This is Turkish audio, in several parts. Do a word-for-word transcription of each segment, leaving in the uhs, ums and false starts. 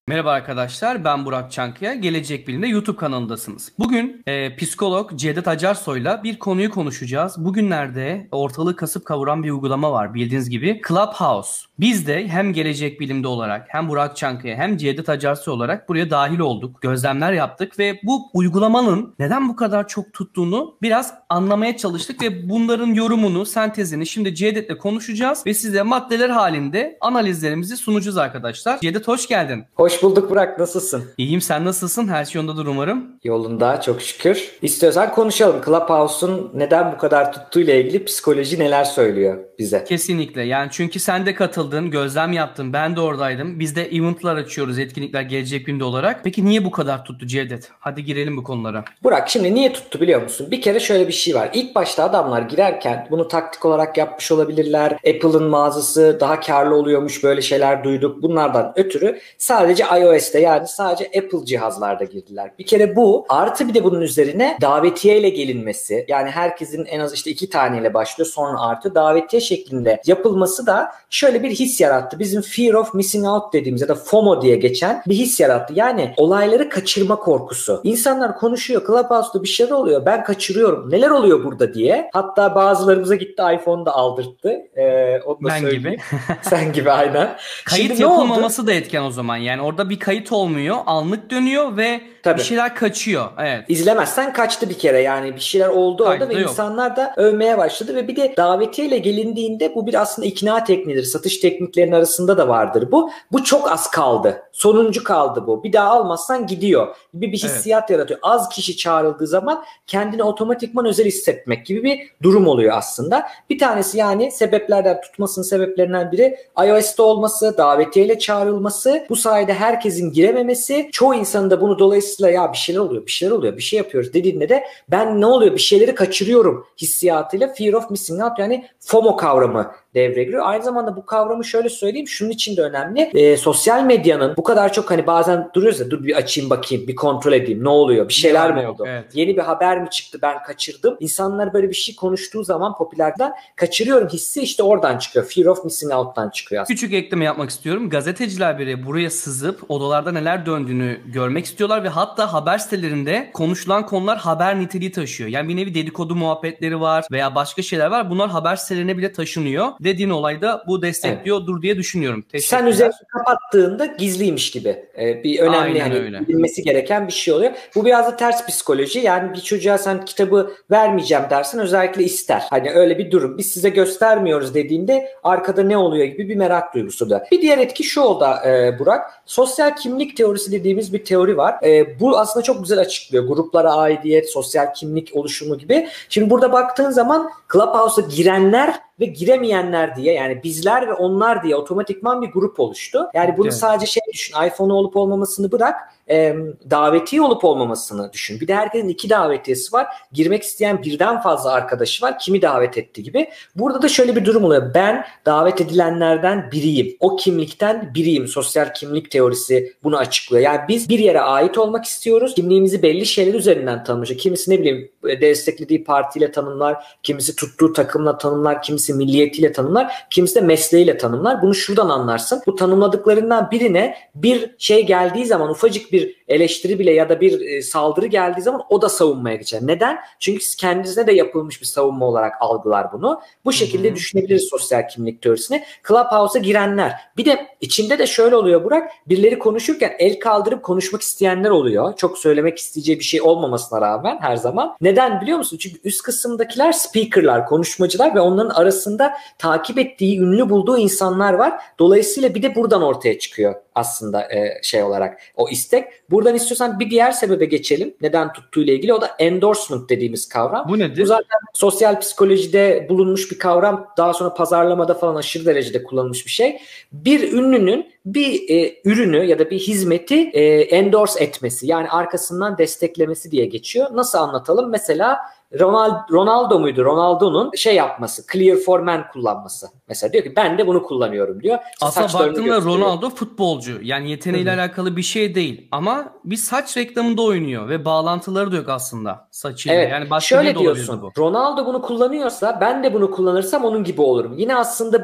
Merhaba arkadaşlar, ben Burak Çankaya. Gelecek Bilim'de YouTube kanalındasınız. Bugün e, psikolog Cevdet Acarsoy'la bir konuyu konuşacağız. Bugünlerde ortalığı kasıp kavuran bir uygulama var bildiğiniz gibi. Clubhouse. Biz de hem Gelecek Bilim'de olarak hem Burak Çankaya hem Cevdet Acarsoy olarak buraya dahil olduk. Gözlemler yaptık ve bu uygulamanın neden bu kadar çok tuttuğunu biraz anlamaya çalıştık ve bunların yorumunu, sentezini şimdi Cevdet'le konuşacağız ve size maddeler halinde analizlerimizi sunacağız arkadaşlar. Cevdet hoş geldin. Hoş bulduk Burak, nasılsın? İyiyim, sen nasılsın? Her şey yolundadır umarım. Yolunda çok şükür. İstiyorsan konuşalım. Clubhouse'un neden bu kadar tuttuğuyla ilgili psikoloji neler söylüyor bize? Kesinlikle, yani çünkü sen de katıldın, gözlem yaptın, ben de oradaydım. Biz de eventlar açıyoruz, etkinlikler Gelecek Bilim'de olarak. Peki niye bu kadar tuttu Cevdet? Hadi girelim bu konulara. Burak, şimdi niye tuttu biliyor musun? Bir kere şöyle bir şey var. İlk başta adamlar girerken bunu taktik olarak yapmış olabilirler. Apple'ın mağazası daha karlı oluyormuş, böyle şeyler duyduk. Bunlardan ötürü sadece iOS'te, yani sadece Apple cihazlarda girdiler. Bir kere bu, artı bir de bunun üzerine davetiyeyle gelinmesi. Yani herkesin en az işte iki taneyle başlıyor, sonra artı davetiye şeklinde yapılması da şöyle bir his yarattı. Bizim fear of missing out dediğimiz ya da FOMO diye geçen bir his yarattı. Yani olayları kaçırma korkusu. İnsanlar konuşuyor, Clubhouse'da bir şeyler oluyor, ben kaçırıyorum, neler oluyor burada diye. Hatta bazılarımıza gitti iPhone'u da aldırttı. Ee, onu da Ben söyleyeyim. gibi. Sen gibi, aynen. Kayıt Şimdi ne oldu? yapılmaması da etken o zaman. Yani orada bir kayıt olmuyor, anlık dönüyor ve bir Tabii. şeyler kaçıyor. Evet. İzlemezsen kaçtı bir kere, yani bir şeyler oldu orada Kaydı ve da yok. insanlar da övmeye başladı ve bir de davetiyeyle gelindiğinde bu bir aslında ikna tekniğidir. Satış tekniklerinin arasında da vardır bu. Bu çok az kaldı. Sonuncu kaldı bu. Bir daha almazsan gidiyor gibi bir Evet. hissiyat yaratıyor. Az kişi çağrıldığı zaman kendini otomatikman özel hissetmek gibi bir durum oluyor aslında. Bir tanesi, yani sebeplerden tutmasının sebeplerinden biri iOS'te olması, davetiyeyle çağrılması, bu sayede herkesin girememesi, çoğu insanın da bunu dolayısıyla ya bir şeyler oluyor, bir şeyler oluyor, bir şey yapıyoruz dediğinde de ben ne oluyor, bir şeyleri kaçırıyorum hissiyatıyla fear of missing out, yani FOMO kavramı devreye giriyor. Aynı zamanda bu kavramı şöyle söyleyeyim, şunun için de önemli. E, sosyal medyanın bu kadar çok, hani bazen duruyoruz ya, dur bir açayım bakayım, bir kontrol edeyim, ne oluyor, bir şeyler mi oldu? Evet. Yeni bir haber mi çıktı, ben kaçırdım. İnsanlar böyle bir şey konuştuğu zaman popülerden kaçırıyorum hissi işte oradan çıkıyor. Fear of missing out'tan çıkıyor aslında. Küçük ekleme yapmak istiyorum. Gazeteciler bile buraya sızıp odalarda neler döndüğünü görmek istiyorlar ve hatta haber sitelerinde konuşulan konular haber niteliği taşıyor. Yani bir nevi dedikodu muhabbetleri var veya başka şeyler var. Bunlar haber sitelerine bile taşınıyor. Dediğin olayda bu destekliyordur evet. diye düşünüyorum. Sen üzerini kapattığında gizliymiş gibi ee, bir önemli, aynen hani öyle. bilinmesi gereken bir şey oluyor. Bu biraz da ters psikoloji. Yani bir çocuğa sen kitabı vermeyeceğim dersen özellikle ister. Hani öyle bir durum. Biz size göstermiyoruz dediğinde arkada ne oluyor gibi bir merak duygusu da. Bir diğer etki şu oldu e, Burak. Sosyal kimlik teorisi dediğimiz bir teori var. E, bu aslında çok güzel açıklıyor. Gruplara aidiyet, sosyal kimlik oluşumu gibi. Şimdi burada baktığın zaman Clubhouse'a girenler ve giremeyenler diye, yani bizler ve onlar diye otomatikman bir grup oluştu. Yani bunu evet. sadece şey düşün, iPhone olup olmamasını bırak, e, davetiye olup olmamasını düşün. Bir de herkesin iki davetiyesi var. Girmek isteyen birden fazla arkadaşı var. Kimi davet etti gibi. Burada da şöyle bir durum oluyor. Ben davet edilenlerden biriyim. O kimlikten biriyim. Sosyal kimlik teorisi bunu açıklıyor. Yani biz bir yere ait olmak istiyoruz. Kimliğimizi belli şeyler üzerinden tanımlıyor. Kimisi ne bileyim desteklediği partiyle tanımlar, kimisi tuttuğu takımla tanımlar, kimisi milliyetiyle tanımlar, kimisi de mesleğiyle tanımlar. Bunu şuradan anlarsın. Bu tanımladıklarından birine bir şey geldiği zaman, ufacık bir eleştiri bile ya da bir e, saldırı geldiği zaman o da savunmaya geçer. Neden? Çünkü kendisine de yapılmış bir savunma olarak algılar bunu. Bu şekilde Hı-hı. düşünebiliriz sosyal kimlik teorisini. Clubhouse'a girenler. Bir de içinde de şöyle oluyor Burak. Birileri konuşurken el kaldırıp konuşmak isteyenler oluyor. Çok söylemek isteyeceği bir şey olmamasına rağmen her zaman. Neden biliyor musun? Çünkü üst kısımdakiler speakerlar, konuşmacılar ve onların arasında takip ettiği, ünlü bulduğu insanlar var. Dolayısıyla bir de buradan ortaya çıkıyor aslında e, şey olarak o istek. Buradan istiyorsan bir diğer sebebe geçelim. Neden tuttuğuyla ilgili. O da endorsement dediğimiz kavram. Bu nedir? Bu zaten sosyal psikolojide bulunmuş bir kavram. Daha sonra pazarlamada falan aşırı derecede kullanılmış bir şey. Bir ünlünün bir e, ürünü ya da bir hizmeti e, endorse etmesi, yani arkasından desteklemesi diye geçiyor. Nasıl anlatalım? Mesela Ronald, Ronaldo muydu? Ronaldo'nun şey yapması, Clear for Men kullanması. Mesela diyor ki ben de bunu kullanıyorum diyor. İşte aslında baktığında Ronaldo futbolcu. Yani yeteneğiyle Hı-hı. alakalı bir şey değil. Ama bir saç reklamında oynuyor ve bağlantıları da yok aslında saçıyla. Evet. Yani başka şöyle bir diyorsun. Bu. Ronaldo bunu kullanıyorsa ben de bunu kullanırsam onun gibi olurum. Yine aslında bu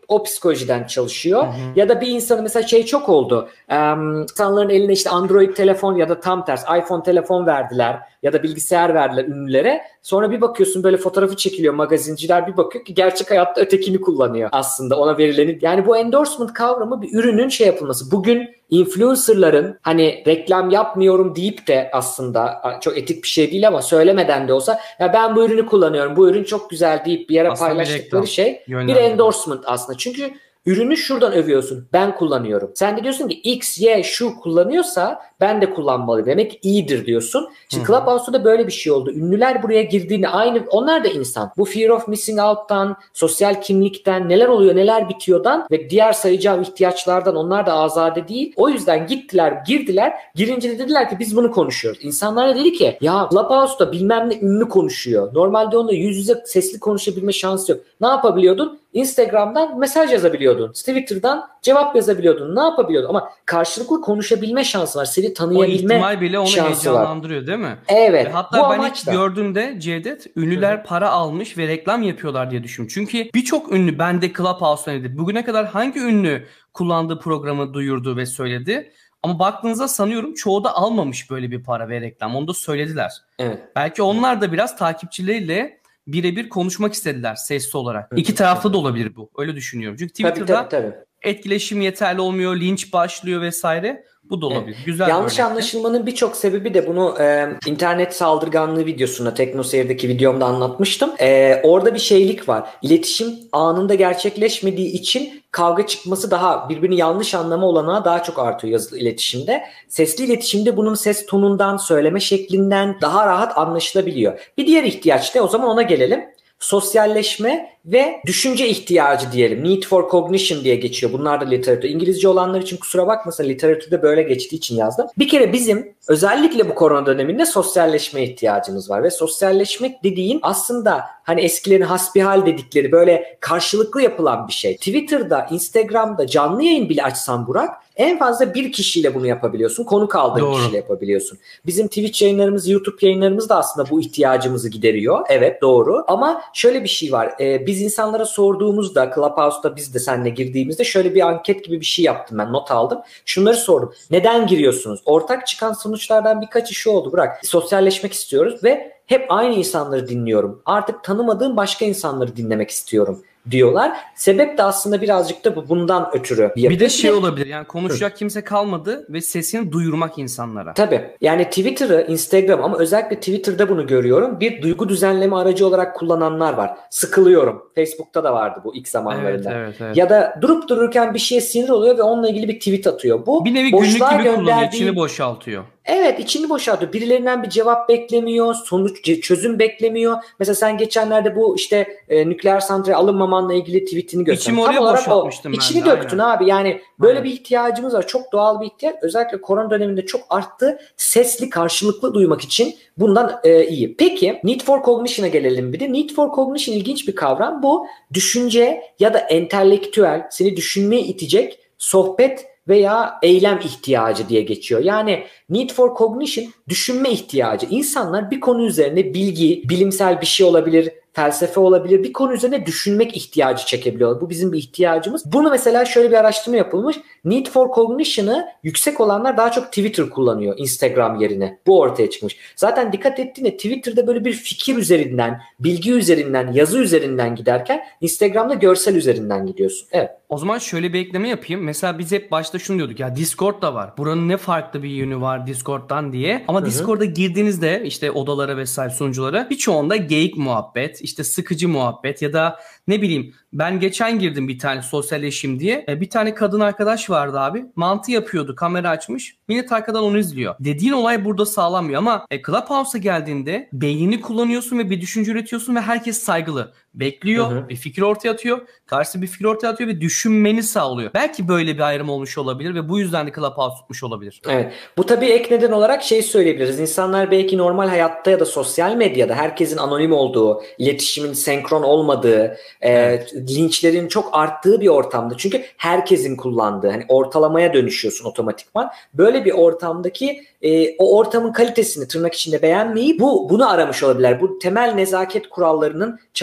o psikolojiden çalışıyor. Hı hı. Ya da bir insanı mesela şey çok oldu. Ee, insanların eline işte Android telefon ya da tam ters iPhone telefon verdiler ya da bilgisayar verdiler ünlülere. Sonra bir bakıyorsun böyle fotoğrafı çekiliyor, magazinciler bir bakıyor ki gerçek hayatta ötekini kullanıyor aslında ona verileni. Yani bu endorsement kavramı bir ürünün şey yapılması. Bugün influencerların hani reklam yapmıyorum deyip de aslında çok etik bir şey değil ama söylemeden de olsa ya ben bu ürünü kullanıyorum, bu ürün çok güzel deyip bir yere aslında paylaştıkları bir şey bir endorsement aslında. Çünkü ürünü şuradan övüyorsun. Ben kullanıyorum. Sen de diyorsun ki X, Y, şu kullanıyorsa ben de kullanmalıyım. Demek iyidir diyorsun. Şimdi Clubhouse'da da böyle bir şey oldu. Ünlüler buraya girdiğinde aynı onlar da insan. Bu fear of missing out'tan, sosyal kimlikten, neler oluyor, neler bitiyordan ve diğer sayacağım ihtiyaçlardan onlar da azade değil. O yüzden gittiler, girdiler. Girince de dediler ki biz bunu konuşuyoruz. İnsanlar da dedi ki ya Clubhouse'da bilmem ne ünlü konuşuyor. Normalde onunla yüz yüze sesli konuşabilme şansı yok. Ne yapabiliyordun? Instagram'dan mesaj yazabiliyordun. Twitter'dan cevap yazabiliyordun. Ne yapabiliyordun? Ama karşılıklı konuşabilme şansı var. Seni tanıyabilme şansı var. O ihtimal bile onu heyecanlandırıyor değil mi? Evet. Ve hatta ben ilk gördüğümde Cevdet ünlüler Hı-hı. para almış ve reklam yapıyorlar diye düşündüm. Çünkü birçok ünlü ben de Clubhouse'dan dedi. Bugüne kadar hangi ünlü kullandığı programı duyurdu ve söyledi? Ama baktığınızda sanıyorum çoğu da almamış böyle bir para ve reklam. Onu da söylediler. Evet. Belki onlar da biraz takipçileriyle birebir konuşmak istediler sesli olarak. Hı, İki taraflı da olabilir bu. Öyle düşünüyorum. Çünkü Twitter'da tabii, tabii, tabii. etkileşim yeterli olmuyor, linç başlıyor vesaire. Bu da olabilir. Evet. Güzel. Yanlış anlaşılmanın birçok sebebi de bunu e, internet saldırganlığı videosunda TeknoSeyir'deki videomda anlatmıştım. E, orada bir şeylik var. İletişim anında gerçekleşmediği için kavga çıkması daha birbirini yanlış anlama olanağı daha çok artıyor yazılı iletişimde. Sesli iletişimde bunun ses tonundan, söyleme şeklinden daha rahat anlaşılabiliyor. Bir diğer ihtiyaç da o zaman ona gelelim. Sosyalleşme ve düşünce ihtiyacı diyelim. Need for cognition diye geçiyor. Bunlar da literatür. İngilizce olanlar için kusura bakmasın literatürde böyle geçtiği için yazdım. Bir kere bizim özellikle bu korona döneminde sosyalleşme ihtiyacımız var. Ve sosyalleşmek dediğin aslında hani eskilerin hasbihal dedikleri böyle karşılıklı yapılan bir şey. Twitter'da, Instagram'da canlı yayın bile açsan Burak en fazla bir kişiyle bunu yapabiliyorsun. Konuk aldığın Doğru. kişiyle yapabiliyorsun. Bizim Twitch yayınlarımız, YouTube yayınlarımız da aslında bu ihtiyacımızı gideriyor. Evet doğru. Ama şöyle bir şey var. Ee, biz insanlara sorduğumuzda Clubhouse'da biz de seninle girdiğimizde şöyle bir anket gibi bir şey yaptım ben. Not aldım. Şunları sordum. Neden giriyorsunuz? Ortak çıkan sonuçlardan birkaçı şu oldu. Bırak sosyalleşmek istiyoruz ve hep aynı insanları dinliyorum. Artık tanımadığım başka insanları dinlemek istiyorum diyorlar. Sebep de aslında birazcık da bu bundan ötürü. Bir, bir de şey olabilir yani konuşacak Hı. kimse kalmadı ve sesini duyurmak insanlara. Tabii. Yani Twitter'ı, Instagram ama özellikle Twitter'da bunu görüyorum. Bir duygu düzenleme aracı olarak kullananlar var. Sıkılıyorum. Facebook'ta da vardı bu ilk zamanlarında. Evet, evet, evet. Ya da durup dururken bir şeye sinir oluyor ve onunla ilgili bir tweet atıyor. Bu bir nevi günlük gibi gönderdiği... kullanıyor. İçini boşaltıyor. Evet içini boşaltıyor. Birilerinden bir cevap beklemiyor. Sonuç çözüm beklemiyor. Mesela sen geçenlerde bu işte e, nükleer santrale alınmamanla ilgili tweetini gösterdin. İçimi oraya boşaltmıştım ben İçini de, döktün aynen. abi. Yani böyle aynen. bir ihtiyacımız var. Çok doğal bir ihtiyaç. Özellikle korona döneminde çok arttı. Sesli karşılıklı duymak için bundan e, iyi. Peki Need for Cognition'a gelelim bir de. Need for Cognition ilginç bir kavram. Bu düşünce ya da entelektüel seni düşünmeye itecek sohbet veya eylem ihtiyacı diye geçiyor. Yani need for cognition düşünme ihtiyacı. İnsanlar bir konu üzerine bilgi, bilimsel bir şey olabilir, felsefe olabilir. Bir konu üzerine düşünmek ihtiyacı çekebiliyorlar. Bu bizim bir ihtiyacımız. Bunu mesela şöyle bir araştırma yapılmış. Need for cognition'ı yüksek olanlar daha çok Twitter kullanıyor Instagram yerine. Bu ortaya çıkmış. Zaten dikkat ettiğinde Twitter'da böyle bir fikir üzerinden, bilgi üzerinden, yazı üzerinden giderken Instagram'da görsel üzerinden gidiyorsun. Evet. O zaman şöyle bir ekleme yapayım. Mesela biz hep başta şunu diyorduk ya Discord da var. Buranın ne farklı bir yönü var Discord'dan diye. Ama Hı-hı. Discord'a girdiğinizde işte odalara vesaire sunuculara birçoğunda geyik muhabbet, işte sıkıcı muhabbet ya da ne bileyim ben geçen girdim bir tane sosyalleşim diye. Bir tane kadın arkadaş vardı abi. Mantı yapıyordu. Kamera açmış. Millet arkadan onu izliyor. Dediğin olay burada sağlanmıyor ama e, Clubhouse'a geldiğinde beynini kullanıyorsun ve bir düşünce üretiyorsun ve herkes saygılı. Bekliyor. Hı hı. Bir fikir ortaya atıyor. Karşı bir fikir ortaya atıyor ve düşünmeni sağlıyor. Belki böyle bir ayrım olmuş olabilir ve bu yüzden de Clubhouse tutmuş olabilir. Evet. Bu tabii ek neden olarak şey söyleyebiliriz. İnsanlar belki normal hayatta ya da sosyal medyada herkesin anonim olduğu, iletişimin senkron olmadığı, evet. e, linçlerin çok arttığı bir ortamda. Çünkü herkesin kullandığı, hani ortalamaya dönüşüyorsun otomatikman. Böyle bir ortamdaki e, o ortamın kalitesini tırnak içinde beğenmeyi bu bunu aramış olabilirler. Bu temel nezaket kurallarının çalıştığı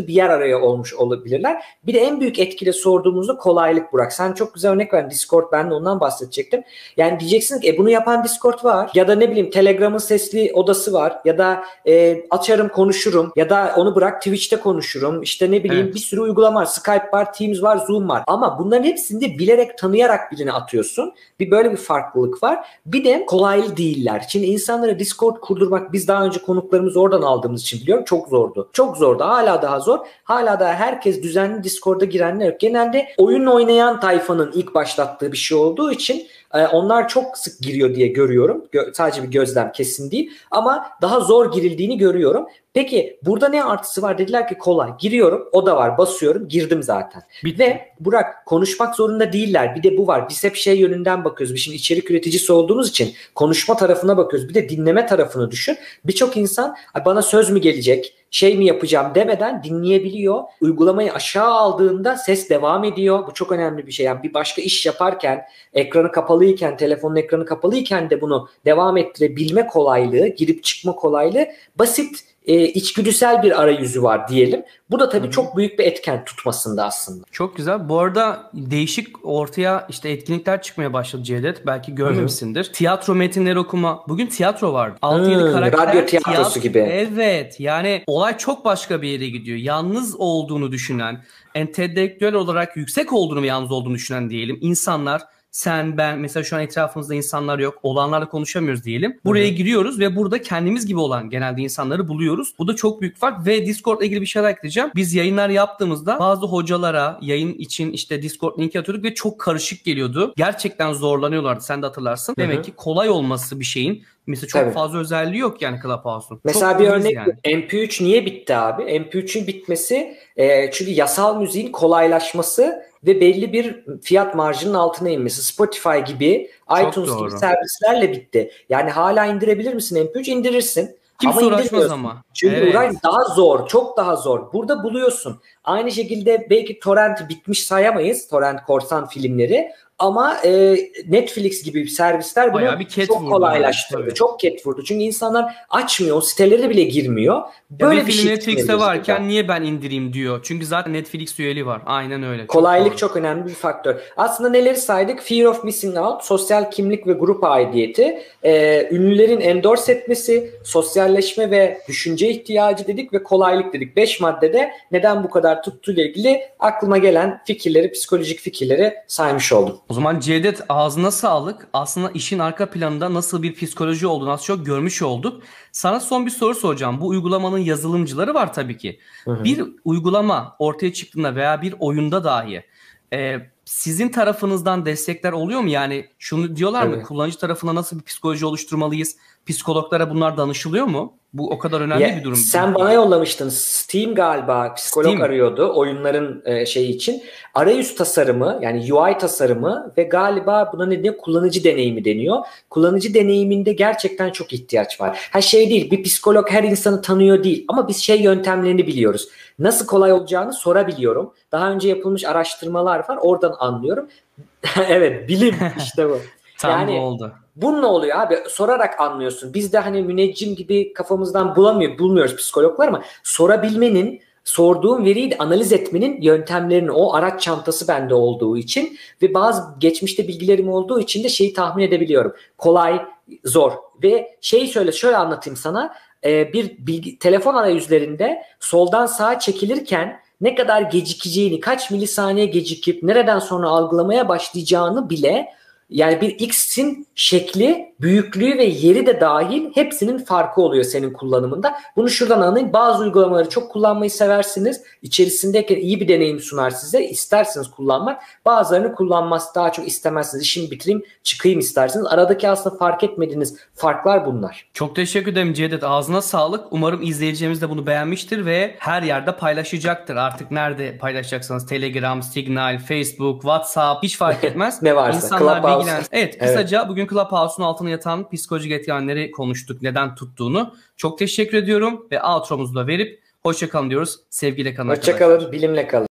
bir yer araya olmuş olabilirler. Bir de en büyük etkide sorduğumuzda kolaylık Burak. Sen çok güzel örnek verdin. Discord, ben de ondan bahsedecektim. Yani diyeceksin ki e, bunu yapan Discord var. Ya da ne bileyim Telegram'ın sesli odası var. Ya da e, açarım konuşurum. Ya da onu bırak Twitch'te konuşurum. İşte ne bileyim evet. bir sürü uygulama var. Skype var, Teams var, Zoom var. Ama bunların hepsinde bilerek, tanıyarak birine atıyorsun. Bir böyle bir farklılık var. Bir de kolaylı değiller. Şimdi insanlara Discord kurdurmak, biz daha önce konuklarımızı oradan aldığımız için biliyorum, çok zordu. Çok zordu. Hala daha zor. Hala daha herkes düzenli Discord'a girenler yok. Genelde oyun oynayan tayfanın ilk başlattığı bir şey olduğu için onlar çok sık giriyor diye görüyorum. Sadece bir gözlem, kesin değil. Ama daha zor girildiğini görüyorum. Peki burada ne artısı var? Dediler ki kolay. Giriyorum. O da var. Basıyorum. Girdim zaten. Bitti. Ve Burak, konuşmak zorunda değiller. Bir de bu var. Biz hep şey yönünden bakıyoruz. Biz şimdi içerik üreticisi olduğumuz için konuşma tarafına bakıyoruz. Bir de dinleme tarafını düşün. Birçok insan bana söz mü gelecek, şey mi yapacağım demeden dinleyebiliyor. Uygulamayı aşağı aldığında ses devam ediyor. Bu çok önemli bir şey. Yani bir başka iş yaparken, ekranı kapalıyken, telefonun ekranı kapalıyken de bunu devam ettirebilme kolaylığı, girip çıkma kolaylığı, basit, e, içgüdüsel bir arayüzü var diyelim. Bu da tabii Hı-hı. çok büyük bir etken tutmasında aslında. Çok güzel. Bu arada değişik ortaya işte etkinlikler çıkmaya başladı Cevdet. Belki görmemişsindir. Hı-hı. Tiyatro metinleri okuma. Bugün tiyatro vardı. altı yedi karakter. Radyo tiyatrosu tiyatro gibi. Evet. Yani olay çok başka bir yere gidiyor. Yalnız olduğunu düşünen, entelektüel olarak yüksek olduğunu ve yalnız olduğunu düşünen diyelim insanlar, sen, ben, mesela şu an etrafımızda insanlar yok. Olanlarla konuşamıyoruz diyelim. Buraya Hı-hı. giriyoruz ve burada kendimiz gibi olan genelde insanları buluyoruz. Bu da çok büyük fark ve Discord'la ilgili bir şeyler ekleyeceğim. Biz yayınlar yaptığımızda bazı hocalara yayın için işte Discord linki atıyorduk ve çok karışık geliyordu. Gerçekten zorlanıyorlardı. Sen de hatırlarsın. Hı-hı. Demek ki kolay olması bir şeyin. Mesela çok Tabii. fazla özelliği yok yani Clubhouse'un. Mesela çok bir örnek yani. M P üç niye bitti abi? M P üçün bitmesi e, çünkü yasal müziğin kolaylaşması ve belli bir fiyat marjının altına inmesi. Spotify gibi, çok iTunes doğru. gibi servislerle bitti. Yani hala indirebilir misin M P üç? İndirirsin. Kimse ama uğraşmaz ama. Çünkü evet. uğraş daha zor, çok daha zor. Burada buluyorsun. Aynı şekilde belki torrent bitmiş sayamayız. Torrent korsan filmleri. Ama e, Netflix gibi servisler bunu çok kolaylaştırdı. Yani, çok ket vurdu. Çünkü insanlar açmıyor, sitelere bile girmiyor. Böyle bir, bir şey Netflix'te varken burada. Niye ben indireyim diyor. Çünkü zaten Netflix üyeliği var. Aynen öyle. Kolaylık çok, çok önemli bir faktör. Aslında neleri saydık? Fear of missing out, sosyal kimlik ve grup aidiyeti, e, ünlülerin endorse etmesi, sosyalleşme ve düşünce ihtiyacı dedik ve kolaylık dedik. Beş maddede neden bu kadar tuttuğuyla ilgili aklıma gelen fikirleri, psikolojik fikirleri saymış oldum. O zaman Cevdet, ağzına sağlık. Aslında işin arka planında nasıl bir psikoloji olduğunu az çok görmüş olduk. Sana son bir soru soracağım. Bu uygulamanın yazılımcıları var tabii ki. Hı hı. Bir uygulama ortaya çıktığında veya bir oyunda dahi e, sizin tarafınızdan destekler oluyor mu? Yani şunu diyorlar evet. mı? Kullanıcı tarafına nasıl bir psikoloji oluşturmalıyız? Psikologlara bunlar danışılıyor mu? Bu o kadar önemli ya, bir durum. Sen bana yollamıştın. Steam galiba psikolog Steam. arıyordu oyunların e, şeyi için. Arayüz tasarımı, yani U I tasarımı ve galiba buna ne deniyor? Kullanıcı deneyimi deniyor. Kullanıcı deneyiminde gerçekten çok ihtiyaç var. Her şey değil. Bir psikolog her insanı tanıyor değil. Ama biz şey yöntemlerini biliyoruz. Nasıl kolay olacağını sorabiliyorum. Daha önce yapılmış araştırmalar var. Oradan anlıyorum. Evet, bilim işte bu. Tam yani, bu oldu. Bu ne oluyor abi? Sorarak anlıyorsun. Biz de hani müneccim gibi kafamızdan bulamıyor, bulmuyoruz psikologlar ama sorabilmenin, sorduğum veriyi de analiz etmenin yöntemlerini, o araç çantası bende olduğu için ve bazı geçmişte bilgilerim olduğu için de şeyi tahmin edebiliyorum. Kolay, zor ve şeyi şöyle şöyle anlatayım sana. Ee, bir bilgi, telefon arayüzlerinde soldan sağa çekilirken ne kadar gecikeceğini, kaç milisaniye gecikip nereden sonra algılamaya başlayacağını bile, yani bir X'in şekli, büyüklüğü ve yeri de dahil hepsinin farkı oluyor senin kullanımında. Bunu şuradan anlayın. Bazı uygulamaları çok kullanmayı seversiniz. İçerisindeyken iyi bir deneyim sunar size. İsterseniz kullanmak. Bazılarını kullanmaz, daha çok istemezsiniz. İşimi bitireyim, çıkayım isterseniz. Aradaki aslında fark etmediğiniz farklar bunlar. Çok teşekkür ederim Cevdet. Ağzına sağlık. Umarım izleyicilerimiz de bunu beğenmiştir ve her yerde paylaşacaktır. Artık nerede paylaşacaksanız Telegram, Signal, Facebook, WhatsApp hiç fark etmez. Ne varsa. İnsanlar bilgilensin. Evet, kısaca evet. Bugün Clubhouse'un altına yatan psikolojik etkenleri konuştuk. Neden tuttuğunu. Çok teşekkür ediyorum ve outro'muzu da verip hoşça kalın diyoruz. Sevgiyle kalın arkadaşlar. Hoşça kalın, bilimle kalın.